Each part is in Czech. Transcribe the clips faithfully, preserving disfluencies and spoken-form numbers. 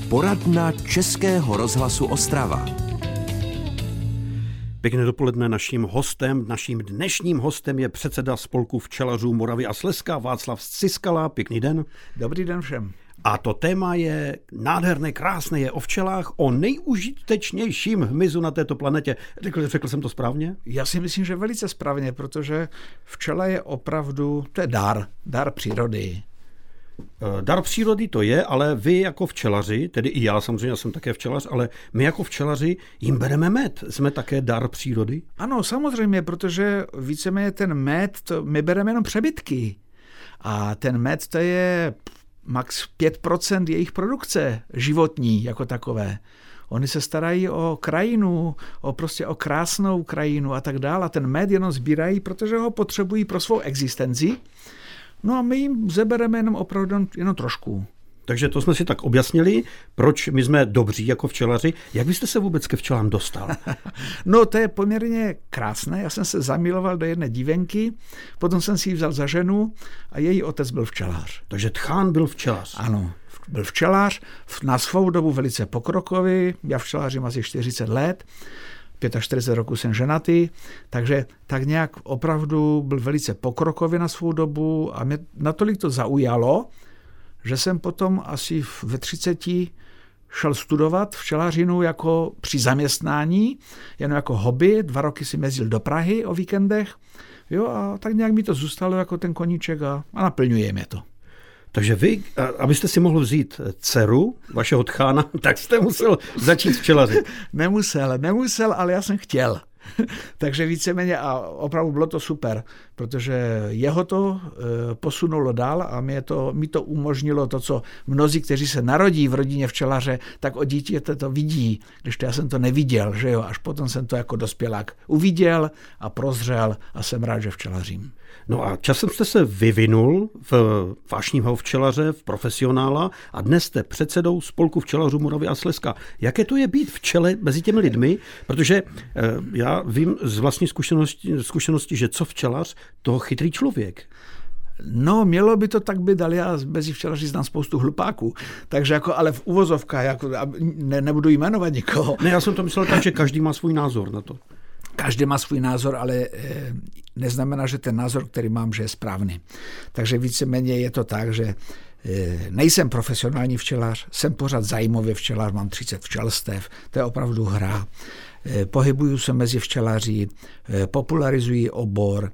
Poradna Českého rozhlasu Ostrava. Pěkné dopoledne. Naším hostem, naším dnešním hostem je předseda Spolku včelařů Moravy a Slezska Václav Ciskala. Pěkný den. Dobrý den všem. A to téma je nádherné, krásné, je o včelách, o nejužitečnějším hmyzu na této planetě. Řekl, řekl jsem to správně? Já si myslím, že velice správně, protože včela je opravdu, to je dar, dar přírody. Dar přírody to je, ale vy jako včelaři, tedy i já samozřejmě, já jsem také včelař, ale my jako včelaři jim bereme med. Jsme také dar přírody? Ano, samozřejmě, protože víceméně ten med, to my bereme jenom přebytky. A ten med to je max pět procent jejich produkce životní jako takové. Oni se starají o krajinu, o prostě o krásnou krajinu a tak dále. A ten med jenom sbírají, protože ho potřebují pro svou existenci. No a my jim zebereme jenom opravdu jenom trošku. Takže to jsme si tak objasnili, proč my jsme dobří jako včelaři. Jak byste se vůbec ke včelám dostal? No to je poměrně krásné. Já jsem se zamiloval do jedné dívenky, potom jsem si ji vzal za ženu a její otec byl včelař. Takže tchán byl včelař. Ano, byl včelař, na svou dobu velice pokrokový, já včelařím asi čtyřicet let, čtyřicet pět roku jsem ženatý, takže tak nějak opravdu byl velice pokrokový na svou dobu a mě natolik to zaujalo, že jsem potom asi ve třiceti šel studovat včelařinu jako při zaměstnání, jen jako hobby. Dva roky jsem jezdil do Prahy o víkendech, jo, a tak nějak mi to zůstalo jako ten koníček a, a naplňuje mě to. Takže vy, abyste si mohl vzít dceru vašeho tchána, tak jste musel začít včelařit. Nemusel, nemusel, ale já jsem chtěl. Takže víceméně a opravdu bylo to super, protože jeho to e, posunulo dál a mě to, mi to umožnilo to, co mnozí, kteří se narodí v rodině včelaře, tak od dítěte to vidí, když to já jsem to neviděl, že jo, až potom jsem to jako dospělák uviděl a prozřel a jsem rád, že včelařím. No a časem jste se vyvinul v vášnivého včelaře, v profesionála a dnes jste předsedou Spolku včelařů Moravy a Slezska. Jaké to je být včele mezi těmi lidmi? Protože eh, já vím z vlastní zkušenosti, zkušenosti, že co včelař, to chytrý člověk. No, mělo by to tak být, ale já mezi včelaři znám spoustu hlupáků, takže jako, ale v uvozovkách, jako, ne, nebudu jmenovat nikoho. Ne, já jsem to myslel tak, že každý má svůj názor na to. Každý má svůj názor, ale neznamená, že ten názor, který mám, že je správný. Takže víceméně je to tak, že nejsem profesionální včelař, jsem pořád zájmově včelař, mám třicet včelstev, to je opravdu hra. Pohybuju se mezi včelaři, popularizuji obor,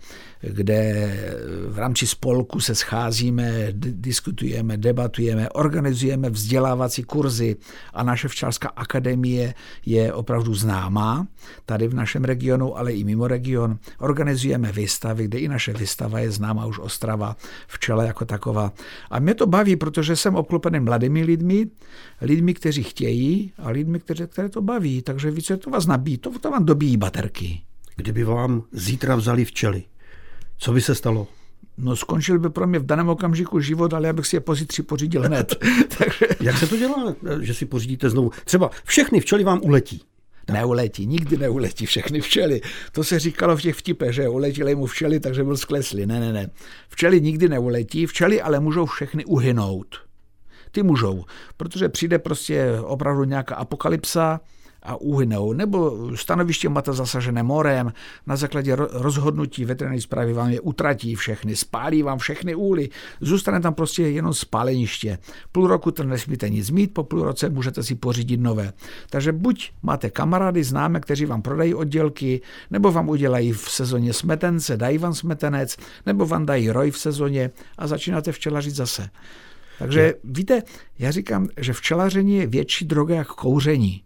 kde v rámci spolku se scházíme, diskutujeme, debatujeme, organizujeme vzdělávací kurzy a naše včelařská akademie je opravdu známá tady v našem regionu, ale i mimo region. Organizujeme výstavy, kde i naše výstava je známá už Ostrava, včela jako taková. A mě to baví, protože jsem obklopený mladými lidmi, lidmi, kteří chtějí a lidmi, kteří, které to baví, takže více to vás nabíjí, to, to vám dobíjí baterky. Kdyby vám zítra vzali včely, co by se stalo? No skončil by pro mě v daném okamžiku život, ale já bych si je pozítří pořídil hned. Takže... Jak se to dělá, že si pořídíte znovu? Třeba všechny včely vám uletí. Tak. Neuletí, nikdy neuletí všechny včely. To se říkalo v těch vtipech, že uletěly mu včely, takže byl skleslý. Ne, ne, ne. Včely nikdy neuletí, včely ale můžou všechny uhynout. Ty můžou, protože přijde prostě opravdu nějaká apokalypsa, a uhynou, nebo stanoviště máte zasažené morem, na základě rozhodnutí veterinární správy vám je utratí všechny, spálí vám všechny úly, zůstane tam prostě jenom spáleniště. Půl roku to nesmíte nic mít, po půl roce můžete si pořídit nové. Takže buď máte kamarády, známé, kteří vám prodají oddělky, nebo vám udělají v sezóně smetence, dají vám smetenec, nebo vám dají roj v sezóně a začínáte včelařit zase. Takže víte, já říkám, že včelaření je větší droga jak kouření.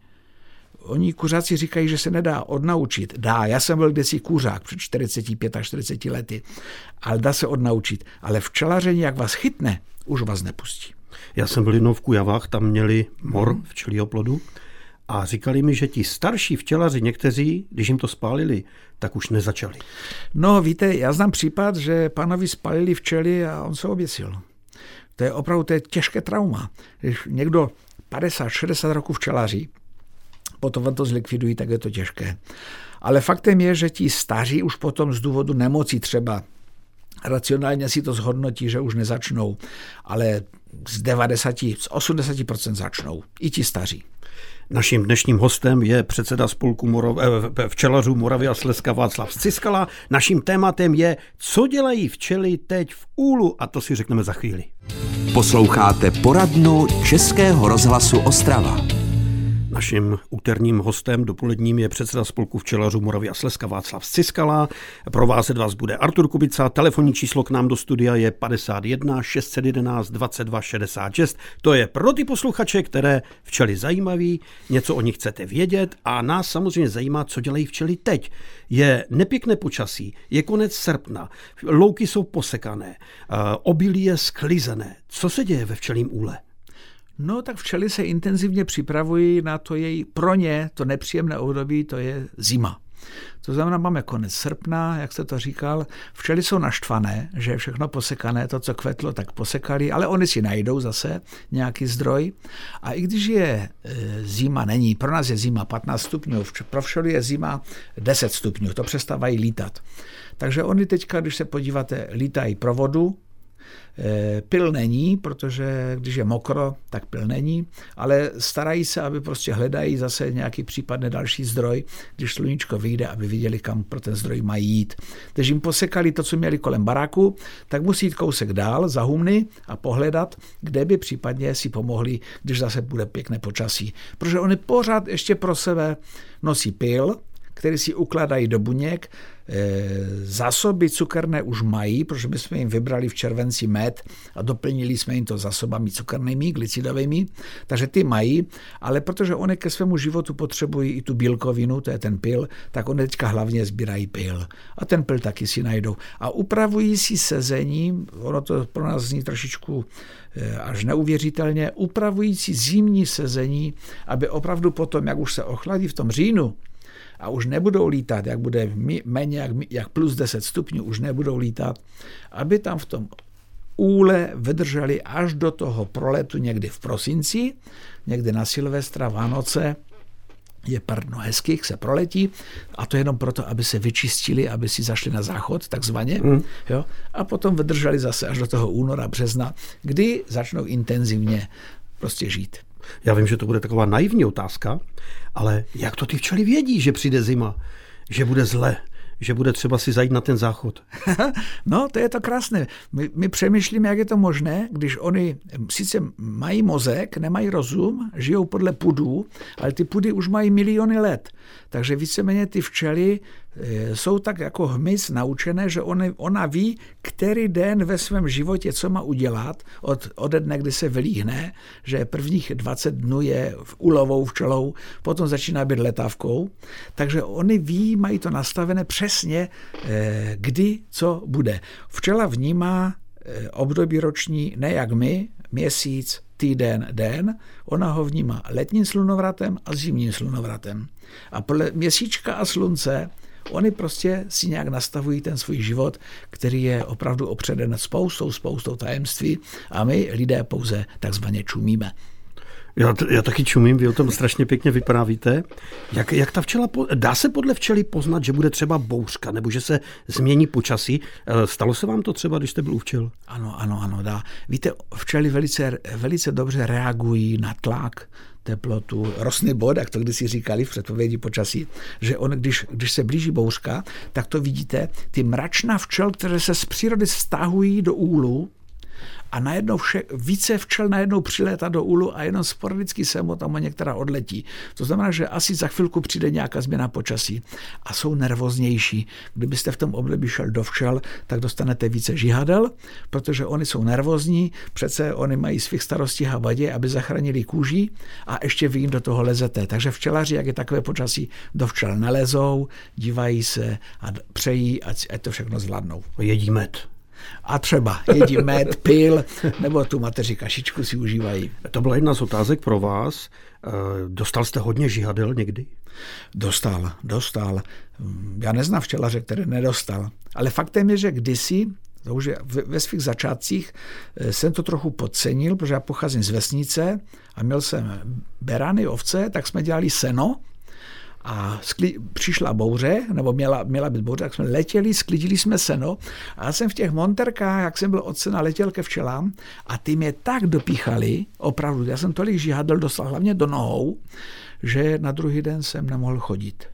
Oni kuřáci říkají, že se nedá odnaučit. Dá, já jsem byl kdysi kuřák před čtyřiceti čtyřiceti pěti lety, ale dá se odnaučit. Ale včelaření, jak vás chytne, už vás nepustí. Já jsem byl jednou v Kujavách, tam měli mor včelího plodu a říkali mi, že ti starší včelaři někteří, když jim to spálili, tak už nezačali. No víte, já znám případ, že pánovi spálili včely a on se oběsil. To je opravdu to je těžké trauma. Když někdo padesát šedesát roků včelaří, potom vám to zlikvidují, tak je to těžké. Ale faktem je, že ti staří už potom z důvodu nemocí třeba racionálně si to zhodnotí, že už nezačnou, ale z devadesát, z osmdesát procent začnou, i ti staří. Naším dnešním hostem je předseda spolku Morav, včelařů Moravy a Slezska Václav Střiskala. Naším tématem je, co dělají včely teď v úlu, a to si řekneme za chvíli. Posloucháte poradnu Českého rozhlasu Ostrava. Naším úterním hostem dopoledním je předseda spolku včelařů Moravy a Slezska Václav Střiskala. Provázet vás bude Artur Kubica. Telefonní číslo k nám do studia je padesát jedna šest set jedenáct dvacet dva šedesát šest. To je pro ty posluchače, které včely zajímaví, něco o nich chcete vědět a nás samozřejmě zajímá, co dělají včely teď. Je nepěkné počasí, je konec srpna, louky jsou posekané, obilí je sklizené. Co se děje ve včelím úle? No tak včely se intenzivně připravují na to její, pro ně to nepříjemné období, to je zima. To znamená, máme konec srpna, jak jste to říkal, včely jsou naštvané, že je všechno posekané, to, co kvetlo, tak posekali, ale oni si najdou zase nějaký zdroj. A i když je e, zima, není, pro nás je zima patnáct stupňů, pro včely je zima deset stupňů, to přestávají lítat. Takže oni teďka, když se podíváte, lítají pro vodu, pil není, protože když je mokro, tak pil není, ale starají se, aby prostě hledají zase nějaký případně další zdroj, když sluníčko vyjde, aby viděli, kam pro ten zdroj mají jít. Když jim posekali to, co měli kolem baráku, tak musí jít kousek dál za humny a pohledat, kde by případně si pomohli, když zase bude pěkné počasí. Protože oni pořád ještě pro sebe nosí pil, který si ukládají do buněk. Zásoby cukerné už mají, protože my jsme jim vybrali v červenci med a doplnili jsme jim to zásobami cukernými, glycidovými, takže ty mají, ale protože oni ke svému životu potřebují i tu bílkovinu, to je ten pil, tak oni teďka hlavně sbírají pil. A ten pil taky si najdou. A upravují si sezení, ono to pro nás zní trošičku až neuvěřitelně, upravují si zimní sezení, aby opravdu potom, jak už se ochladí v tom říjnu, a už nebudou lítat, jak bude méně jak, jak plus deset stupňů, už nebudou lítat, aby tam v tom úle vydrželi až do toho proletu někdy v prosinci, někdy na Silvestra, Vánoce, je pár dnů hezkých, se proletí a to jenom proto, aby se vyčistili, aby si zašli na záchod, takzvaně, mm. jo, a potom vydrželi zase až do toho února, března, kdy začnou intenzivně prostě žít. Já vím, že to bude taková naivní otázka, ale jak to ty včely vědí, že přijde zima, že bude zle, že bude třeba si zajít na ten záchod? No, to je to krásné. My, my přemýšlíme, jak je to možné, když oni sice mají mozek, nemají rozum, žijou podle pudů, ale ty pudy už mají miliony let. Takže víceméně ty včely e, jsou tak jako hmyz naučené, že on, ona ví, který den ve svém životě, co má udělat od, ode dne, kdy se vylíhne, že prvních dvacet dnů je v úlovou včelou, potom začíná být letávkou. Takže oni ví, mají to nastavené přesně, e, kdy co bude. Včela vnímá e, období roční ne jak my, měsíc, týden, den, ona ho vnímá letním slunovratem a zimním slunovratem. A podle měsíčka a slunce oni prostě si nějak nastavují ten svůj život, který je opravdu opředen spoustou, spoustou tajemství a my lidé pouze takzvaně čumíme. Já, já taky čumím, vy o tom strašně pěkně vyprávíte. Jak, jak ta včela, dá se podle včely poznat, že bude třeba bouřka, nebo že se změní počasí? Stalo se vám to třeba, když jste byl u včel? Ano, ano, ano, dá. Víte, včely velice, velice dobře reagují na tlak, teplotu, rostný bod, jak to kdysi říkali v předpovědi počasí, že on, když, když se blíží bouřka, tak to vidíte, ty mračna včel, které se z přírody vztahují do úlu, a najednou vše, více včel najednou přilétá do úlu a jenom sporadicky se mu tam některá odletí. To znamená, že asi za chvilku přijde nějaká změna počasí a jsou nervóznější. Kdybyste v tom období šel do včel, tak dostanete více žihadel, protože oni jsou nervózní, přece oni mají svých starostí a vadě, aby zachránili kůži a ještě vy jim do toho lezete. Takže včelaři, jak je takové počasí, do včel nelezou, dívají se a přejí, ať, ať to všechno zvládnou. Jedí med. A třeba jedí med, pil, nebo tu mateři kašičku si užívají. To byla jedna z otázek pro vás. Dostal jste hodně žihadel někdy? Dostal, dostal. Já neznám včelaře, který nedostal. Ale faktem je, že kdysi, to už je ve svých začátcích, jsem to trochu podcenil, protože já pocházím z vesnice a měl jsem berany, ovce, tak jsme dělali seno a skli, přišla bouře, nebo měla, měla být bouře, tak jsme letěli, sklidili jsme seno a já jsem v těch monterkách, jak jsem byl od sena, letěl ke včelám a ty mě tak dopíchali, opravdu, já jsem tolik žihadel dostal hlavně do nohou, že na druhý den jsem nemohl chodit.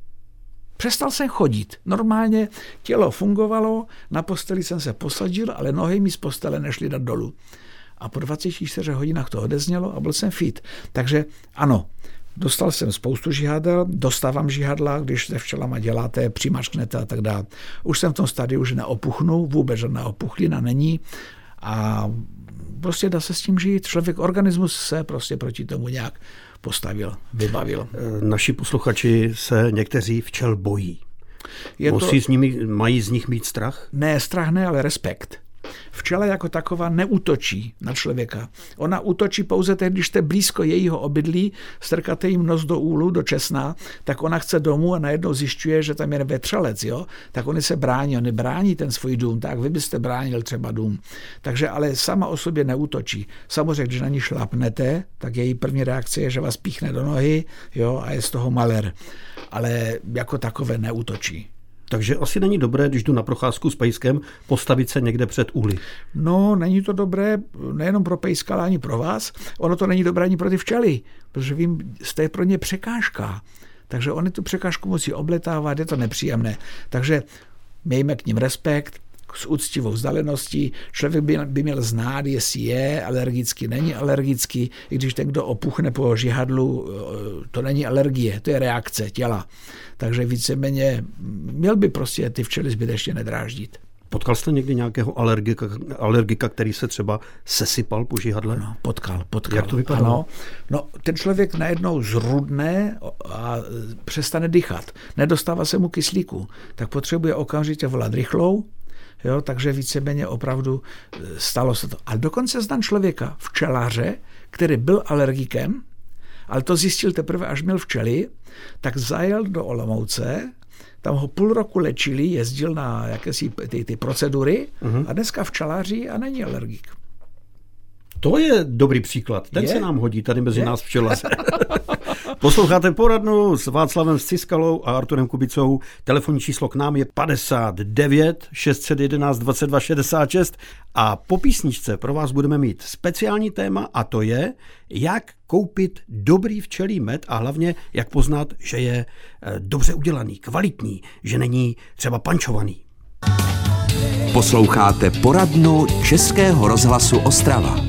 Přestal jsem chodit. Normálně tělo fungovalo, na posteli jsem se posadil, ale nohy mi z postele nešly dát dolů. A po dvaceti čtyřech hodinách to odeznělo a byl jsem fit. Takže ano, dostal jsem spoustu žihadel, dostávám žihadla, když se včelama děláte, přimačknete a tak dále. Už jsem v tom stadiu, že neopuchnu, vůbec žádná opuchlina není a prostě dá se s tím žít. Člověk, organismus se prostě proti tomu nějak postavil, vybavil. Naši posluchači se někteří včel bojí. Je Musí to... s nimi, mají z nich mít strach? Ne, strach ne, ale respekt. Včela jako taková neútočí na člověka. Ona útočí pouze tehdy, když jste blízko jejího obydlí, strkáte jim nos do úlu, do česna, tak ona chce domů a najednou zjišťuje, že tam je vetřelec, jo? Tak oni se brání, oni brání ten svůj dům, tak vy byste bránil třeba dům. Takže ale sama o sobě neútočí. Samozřejmě, když na ní šlapnete, tak její první reakce je, že vás píchne do nohy, jo, a je z toho malér. Ale jako takové neútočí. Takže asi není dobré, když jdu na procházku s pejskem, postavit se někde před úly. No, není to dobré nejenom pro pejska, ale ani pro vás. Ono to není dobré ani pro ty včely, protože vím, jste pro ně překážka. Takže oni tu překážku musí obletávat, je to nepříjemné. Takže mějme k nim respekt, s úctivou vzdaleností. Člověk by, by měl znát, jestli je alergický, není alergický, i když ten, kdo opuchne po žihadlu, to není alergie, to je reakce těla. Takže víceméně měl by prostě ty včely zbytečně nedráždit. Potkal jste někdy nějakého alergika, alergika, který se třeba sesypal po žihadle? No, potkal, potkal. Jak to vypadalo? Ano. No, ten člověk najednou zrudne a přestane dýchat. Nedostává se mu kyslíku. Tak potřebuje okamžitě volat rychlou. Jo, takže víceméně opravdu stalo se to. A dokonce znám člověka, včelaře, který byl alergikem, ale to zjistil teprve, až měl včely, tak zajel do Olomouce, tam ho půl roku léčili, jezdil na jakési ty, ty procedury uh-huh. a dneska včelaří a není alergik. To je dobrý příklad. Ten je? se nám hodí tady mezi je? nás včelaře. Posloucháte poradnu s Václavem Sciskalou a Arturem Kubicou. Telefonní číslo k nám je padesát devět šest set jedenáct dvacet dva šedesát šest a po písničce pro vás budeme mít speciální téma a to je, jak koupit dobrý včelí med a hlavně jak poznat, že je dobře udělaný, kvalitní, že není třeba pančovaný. Posloucháte poradnu Českého rozhlasu Ostrava.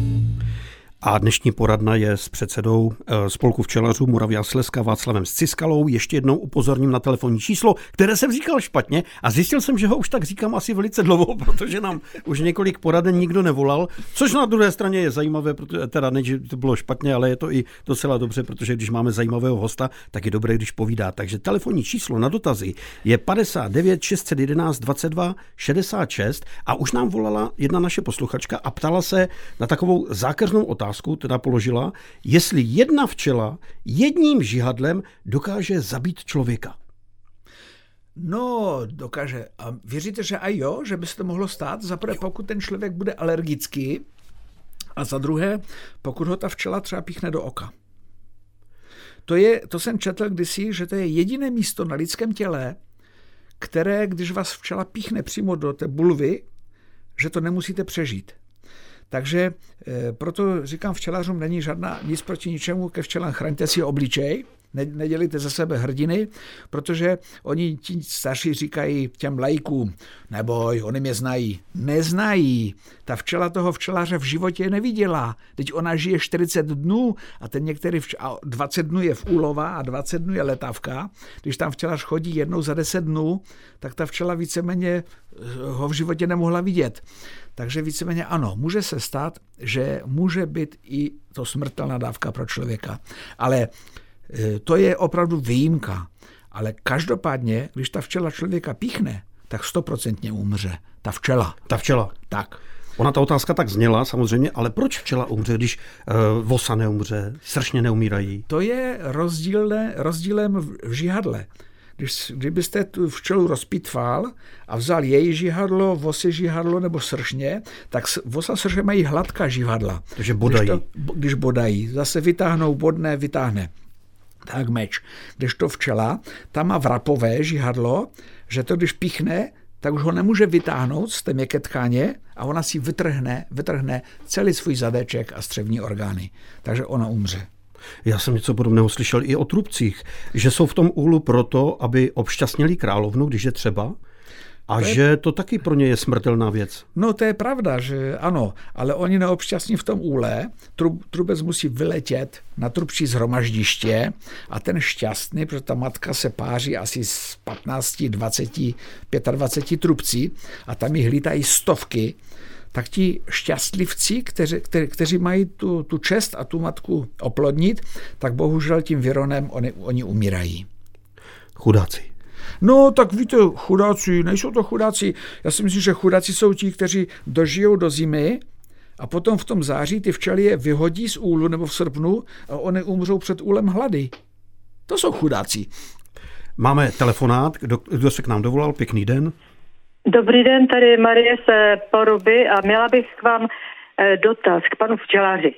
A dnešní poradna je s předsedou Spolku včelařů Moravy a Slezska Václavem Sciskalou. Ještě jednou upozorním na telefonní číslo, které jsem říkal špatně a zjistil jsem, že ho už tak říkám asi velice dlouho, protože nám už několik poraden nikdo nevolal, což na druhé straně je zajímavé, protože teda ne, že to bylo špatně, ale je to i docela dobře, protože když máme zajímavého hosta, tak je dobré, když povídá. Takže telefonní číslo na dotazy je padesát devět šest set jedenáct dvacet dva šedesát šest a už nám volala jedna naše posluchačka a ptala se na takovou zákeřnou otázku, teda položila, jestli jedna včela jedním žihadlem dokáže zabít člověka. No, dokáže. A věříte, že aj jo, že by se to mohlo stát? Za prvé, pokud ten člověk bude alergický a za druhé, pokud ho ta včela třeba píchne do oka. To, je, to jsem četl kdysi, že to je jediné místo na lidském těle, které, když vás včela píchne přímo do té bulvy, že to nemusíte přežít. Takže e, proto říkám včelařům, není žádná nic proti ničemu, ke včelám chraňte si obličej, ne, nedělejte ze sebe hrdiny, protože oni ti starší říkají těm laikům, neboj, oni mě znají. Neznají. Ta včela toho včelaře v životě neviděla. Teď ona žije čtyřicet dnů a ten některý vč- a dvacet dnů je v úlova a dvacet dnů je letavka. Když tam včelař chodí jednou za deset dnů, tak ta včela víceméně ho v životě nemohla vidět. Takže víceméně ano, může se stát, že může být i to smrtelná dávka pro člověka. Ale to je opravdu výjimka. Ale každopádně, když ta včela člověka píchne, tak stoprocentně umře. Ta včela. Ta včela. Tak. Ona ta otázka tak zněla samozřejmě, ale proč včela umře, když uh, vosa neumře, sršně neumírají? To je rozdílné, rozdílem v žihadle. Když, kdybyste tu včelu rozpitval a vzal její žihadlo, vosy žihadlo nebo sršně, tak vosa sršně mají hladká žihadla. Takže bodají. Když, to, když bodají, zase vytáhnou, bodne, vytáhne. tak meč. Kdežto včela, ta má vrapové žihadlo, že to když píchne, tak už ho nemůže vytáhnout z té měkké tkáně a ona si vytrhne, vytrhne celý svůj zadeček a střevní orgány. Takže ona umře. Já jsem něco podobného slyšel i o trubcích, že jsou v tom úhlu proto, aby obšťastnili královnu, když je třeba, a to je... že to taky pro ně je smrtelná věc. No to je pravda, že ano, ale oni neobšťastní v tom úle, trub, trubec musí vyletět na trubčí zhromaždiště a ten šťastný, protože ta matka se páří asi z patnáct, dvacet, dvacet pět trubcí a tam jich lítají stovky, tak ti šťastlivci, kteři, kteři, kteří mají tu, tu čest a tu matku oplodnit, tak bohužel tím vironem oni, oni umírají. Chudáci. No, tak víte, chudáci, nejsou to chudáci. Já si myslím, že chudáci jsou ti, kteří dožijou do zimy a potom v tom září ty včely je vyhodí z úlu nebo v srpnu a oni umřou před úlem hlady. To jsou chudáci. Máme telefonát, kdo, kdo se k nám dovolal, pěkný den. Dobrý den, tady Marie z Poruby a měla bych k vám dotaz k panu včelaři.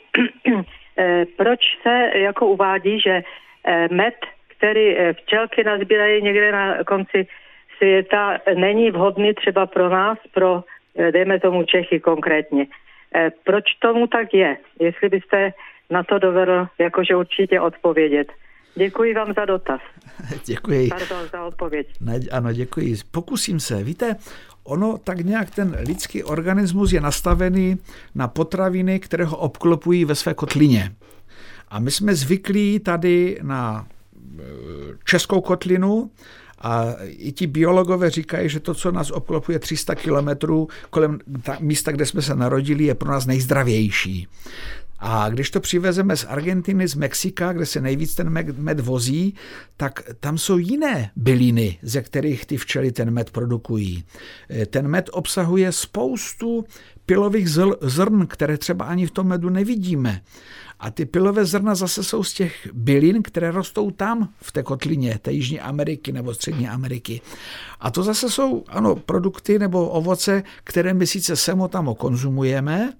Proč se jako uvádí, že med, který včelky nazbírají někde na konci světa, není vhodný třeba pro nás, pro, dejme tomu Čechy konkrétně. Proč tomu tak je? Jestli byste na to dovedl jakože určitě odpovědět. Děkuji vám za dotaz. Děkuji. Pardon, za odpověď. Ne, ano, děkuji. Pokusím se. Víte, ono tak nějak ten lidský organismus je nastavený na potraviny, které ho obklopují ve své kotlině. A my jsme zvyklí tady na českou kotlinu a i ti biologové říkají, že to, co nás obklopuje tři sta kilometrů kolem místa, kde jsme se narodili, je pro nás nejzdravější. A když to přivezeme z Argentiny, z Mexika, kde se nejvíc ten med, med vozí, tak tam jsou jiné byliny, ze kterých ty včely ten med produkují. Ten med obsahuje spoustu pilových zrn, které třeba ani v tom medu nevidíme. A ty pilové zrna zase jsou z těch bylin, které rostou tam, v té kotlině, té Jižní Ameriky nebo Střední Ameriky. A to zase jsou, ano, produkty nebo ovoce, které my sice semo tam konzumujeme,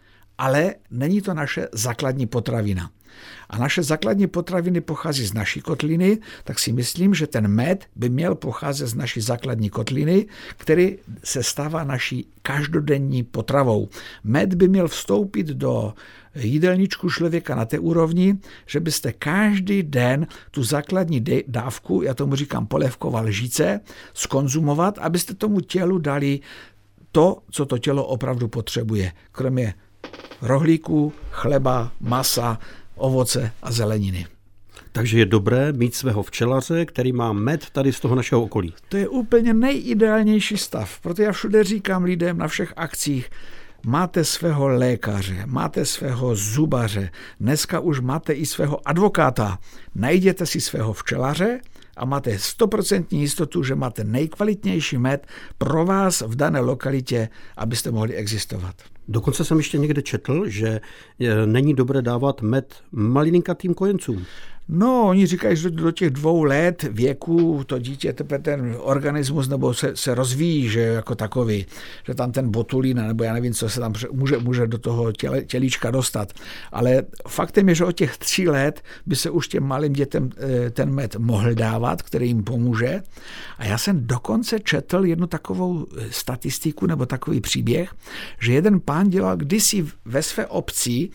ale není to naše základní potravina. A naše základní potraviny pochází z naší kotliny, tak si myslím, že ten med by měl pocházet z naší základní kotliny, který se stává naší každodenní potravou. Med by měl vstoupit do jídelníčku člověka na té úrovni, že byste každý den tu základní dávku, já tomu říkám polévková lžíce, skonzumovat, abyste tomu tělu dali to, co to tělo opravdu potřebuje. Kromě rohlíků, chleba, masa, ovoce a zeleniny. Takže je dobré mít svého včelaře, který má med tady z toho našeho okolí. To je úplně nejideálnější stav. Proto já všude říkám lidem na všech akcích, máte svého lékaře, máte svého zubaře, dneska už máte i svého advokáta. Najděte si svého včelaře a máte stoprocentní jistotu, že máte nejkvalitnější med pro vás v dané lokalitě, abyste mohli existovat. Dokonce jsem ještě někde četl, že není dobré dávat med malininkatým kojencům. No, oni říkají, že do těch dvou let věku to dítě, ten organismus nebo se, se rozvíjí, že jako takový, že tam ten botulín, nebo já nevím, co se tam může, může do toho těle, tělíčka dostat. Ale faktem je, že od těch tří let by se už těm malým dětem ten med mohl dávat, který jim pomůže. A já jsem dokonce četl jednu takovou statistiku nebo takový příběh, že jeden pán dělal kdysi ve své obci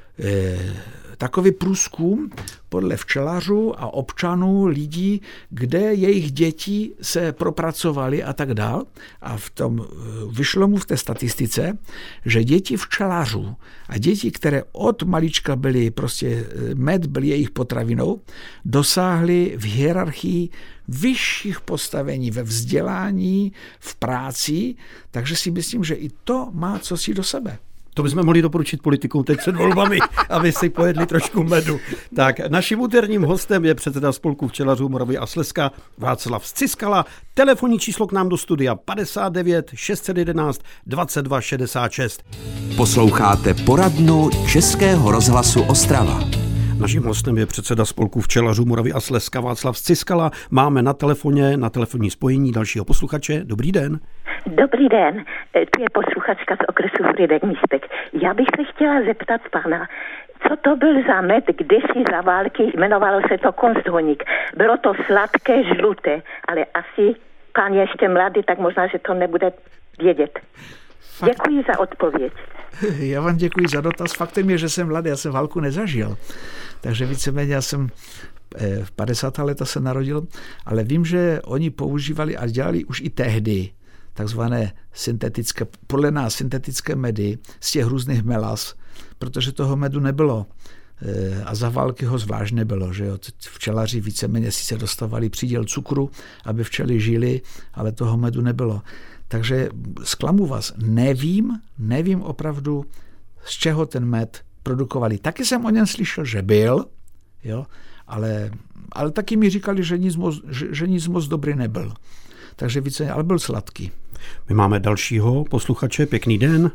takový průzkum podle včelařů a občanů, lidí, kde jejich děti se propracovaly a tak dál. A v tom vyšlo mu v té statistice, že děti včelařů a děti, které od malička byly, prostě med byl jejich potravinou, dosáhly v hierarchii vyšších postavení ve vzdělání, v práci, takže si myslím, že i to má cosi do sebe. To bychom mohli doporučit politikům teď před volbami, aby si pojedli trošku medu. Tak, naším úterním hostem je předseda Spolku včelařů Moravy a Slezska Václav Zciskala. Telefonní číslo k nám do studia padesát devět šest set jedenáct dvacet dva šedesát šest. Posloucháte poradnu Českého rozhlasu Ostrava. Naším hostem je předseda Spolku včelařů Moravy a Slezska Václav Zciskala. Máme na telefoně, na telefonní spojení dalšího posluchače. Dobrý den. Dobrý den, to je posluchačka z okresu Frýdek-Místek. Já bych se chtěla zeptat pana, co to byl za med, kdysi za války, jmenovalo se to Kunsthonig. Bylo to sladké, žluté, ale asi pán je ještě mladý, tak možná, že to nebude vědět. Fakt... Děkuji za odpověď. Já vám děkuji za dotaz. Faktem je, že jsem mladý, já jsem válku nezažil. Takže víceméně já jsem v padesátých letech se narodil, ale vím, že oni používali a dělali už i tehdy takzvané syntetické, podle nás syntetické medy z těch různých melas, protože toho medu nebylo. A za války ho zvlášť nebylo, že jo. Včelaři víceméně sice dostávali příděl cukru, aby včely žili, ale toho medu nebylo. Takže zklamu vás, nevím, nevím opravdu, z čeho ten med produkovali. Taky jsem o něm slyšel, že byl, jo, ale, ale taky mi říkali, že nic moc, že, že nic moc dobrý nebyl. Takže více, ale byl sladký. My máme dalšího posluchače, pěkný den.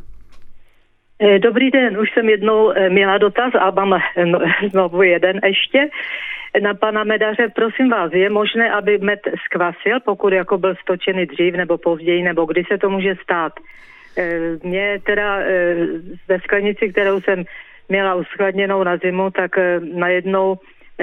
Dobrý den, už jsem jednou měla dotaz a mám znovu jeden ještě. Na pana medaře, prosím vás, je možné, aby med zkvasil, pokud jako byl stočený dřív nebo později, nebo kdy se to může stát? Mě teda ve sklenici, kterou jsem měla uskladněnou na zimu, tak najednou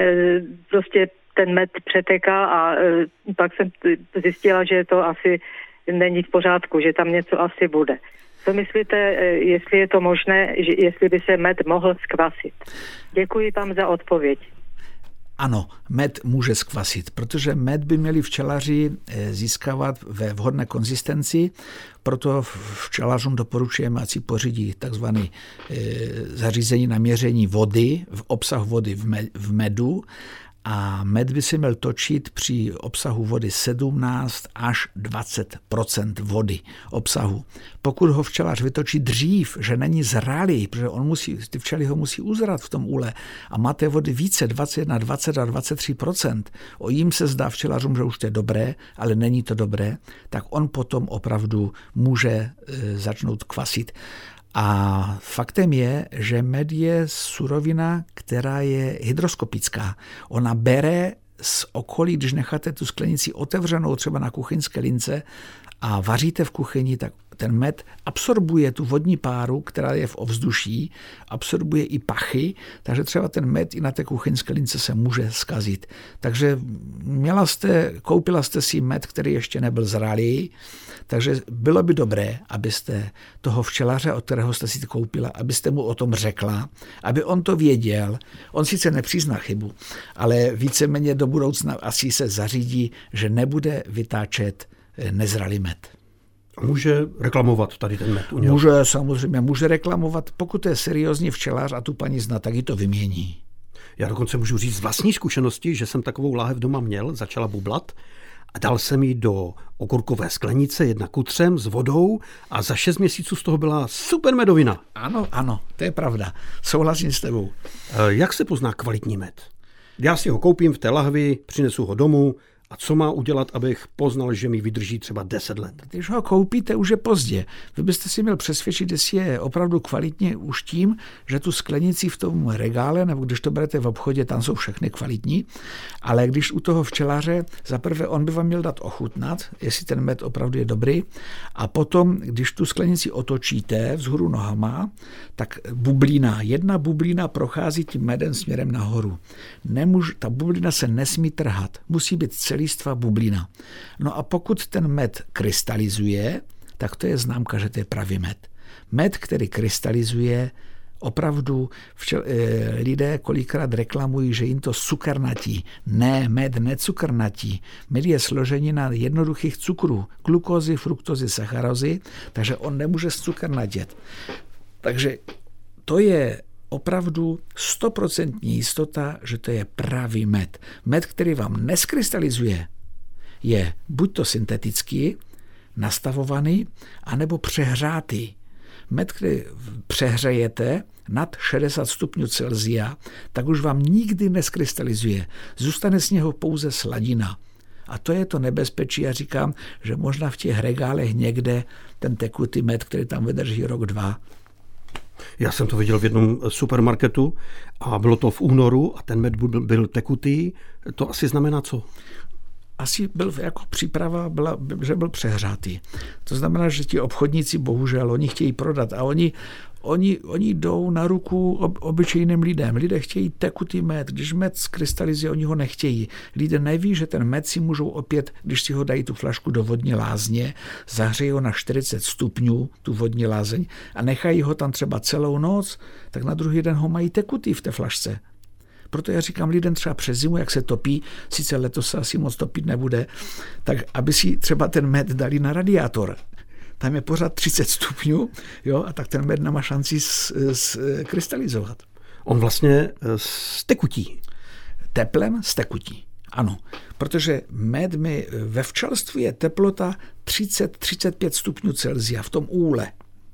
prostě ten med přeteká a pak jsem zjistila, že to asi není v pořádku, že tam něco asi bude. Co myslíte, jestli je to možné, jestli by se med mohl zkvasit? Děkuji vám za odpověď. Ano, med může zkvasit, protože med by měli včelaři získávat ve vhodné konzistenci, proto včelařům doporučujeme, ať si pořídí takzvané zařízení na měření vody, v obsah vody v medu, a med by se měl točit při obsahu vody sedmnáct až dvacet procent vody obsahu. Pokud ho včelař vytočí dřív, že není zralý, protože on musí, ty včely ho musí uzrat v tom úle a má té vody více, dvacet jedna, dvacet a dvacet tři procent, o jim se zdá včelařům, že už to je dobré, ale není to dobré, tak on potom opravdu může e, začnout kvasit. A faktem je, že med je surovina, která je hydroskopická. Ona bere z okolí, když necháte tu sklenici otevřenou třeba na kuchyňské lince a vaříte v kuchyni, tak ten med absorbuje tu vodní páru, která je v ovzduší, absorbuje i pachy, takže třeba ten med i na té kuchyňské lince se může zkazit. Takže měla jste, koupila jste si med, který ještě nebyl zralý, takže bylo by dobré, abyste toho včelaře, od kterého jste si to koupila, abyste mu o tom řekla, aby on to věděl. On sice nepřizná chybu, ale víceméně do budoucna asi se zařídí, že nebude vytáčet nezralý med. A může reklamovat tady ten med? Může, samozřejmě, může reklamovat. Pokud je seriózní včelař a tu paní zná, tak ji to vymění. Já dokonce můžu říct z vlastní zkušenosti, že jsem takovou láhev doma měl, začala bublat a dal jsem ji do okurkové sklenice jedna ku třem s vodou a za šest měsíců z toho byla super medovina. Ano, ano, to je pravda. Souhlasím s tebou. Jak se pozná kvalitní med? Já si ho koupím v té lahvi, přinesu ho domů. A co má udělat, abych poznal, že mi vydrží třeba deset let? Když ho koupíte, už je pozdě. Vy byste si měl přesvědčit, jestli je opravdu kvalitně už tím, že tu sklenici v tom regále, nebo když to berete v obchodě, tam jsou všechny kvalitní, ale když u toho včelaře, zaprvé on by vám měl dát ochutnat, jestli ten med opravdu je dobrý, a potom, když tu sklenici otočíte vzhůru nohama, tak bublina, jedna bublina prochází tím medem směrem nahoru. Nemůž, ta bublina se nesmí trhat, musí být celý listvá bublina. No a pokud ten med krystalizuje, tak to je známka, že to je pravý med. Med, který krystalizuje, opravdu včel, e, lidé kolikrát reklamují, že jim to cukrnatí. Ne, med necukrnatí. Med je složenina jednoduchých cukrů, glukózy, fruktózy, sacharózy, takže on nemůže zcukrnatět. Takže to je opravdu stoprocentní jistota, že to je pravý med. Med, který vám neskrystalizuje, je buď to syntetický, nastavovaný, anebo přehřátý. Med, který přehřejete nad šedesát stupňů Celsia, tak už vám nikdy neskrystalizuje. Zůstane z něho pouze sladina. A to je to nebezpečí. Já říkám, že možná v těch regálech někde ten tekutý med, který tam vydrží rok, dva. Já jsem to viděl v jednom supermarketu a bylo to v únoru a ten med byl tekutý. To asi znamená co? asi byl jako příprava, byla, že byl přehřátý. To znamená, že ti obchodníci bohužel, oni chtějí prodat a oni, oni, oni jdou na ruku ob, obyčejným lidem. Lidé chtějí tekutý med. Když med skrystalizuje, oni ho nechtějí. Lidé neví, že ten med si můžou opět, když si ho dají tu flašku do vodní lázně, zahřejí ho na čtyřicet stupňů, tu vodní lázeň, a nechají ho tam třeba celou noc, tak na druhý den ho mají tekutý v té flašce. Proto já říkám lidem třeba přes zimu, jak se topí, sice letos se asi moc topit nebude, tak aby si třeba ten med dali na radiátor. Tam je pořád třicet stupňů, jo, a tak ten med nemá šanci krystalizovat. On vlastně stekutí. Teplem stekutí, ano. Protože med mi ve včelstvu je teplota třicet až třicet pět stupňů Celsia v tom úle.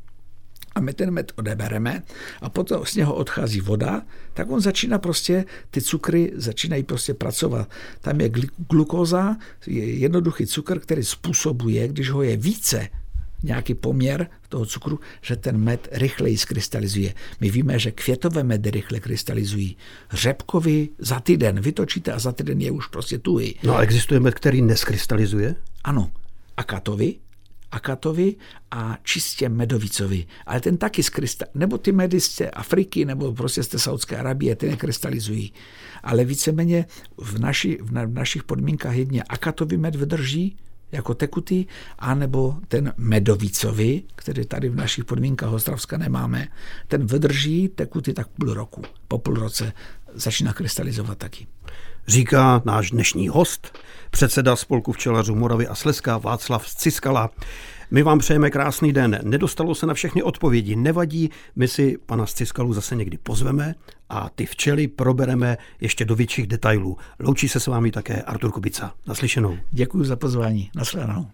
A my ten med odebereme a potom z něho odchází voda, tak on začíná prostě, ty cukry začínají prostě pracovat. Tam je glukóza, je jednoduchý cukr, který způsobuje, když ho je více, nějaký poměr toho cukru, že ten med rychleji skrystalizuje. My víme, že květové medy rychle krystalizují. Řepkový za týden vytočíte a za týden je už prostě tuhý. No a existuje med, který neskrystalizuje? Ano. Akatovi, akatovi a čistě medovicovi. Ale ten taky skrystal, nebo ty medy z Afriky, nebo prostě z té Saudské Arabie, ty nekrystalizují. Ale víceméně v, naši, v, na, v našich podmínkách jedně akatový med vydrží, jako tekutý, anebo ten medovicový, který tady v našich podmínkách Ostravska nemáme, ten vydrží tekutý tak půl roku. Po půl roce začíná krystalizovat taky. Říká náš dnešní host, předseda Spolku včelařů Moravy a Slezska Václav Sciskala. My vám přejeme krásný den. Nedostalo se na všechny odpovědi, nevadí, my si pana Sciskalu zase někdy pozveme a ty včely probereme ještě do větších detailů. Loučí se s vámi také Artur Kubica. Naslyšenou. Děkuji za pozvání. Naslyšenou.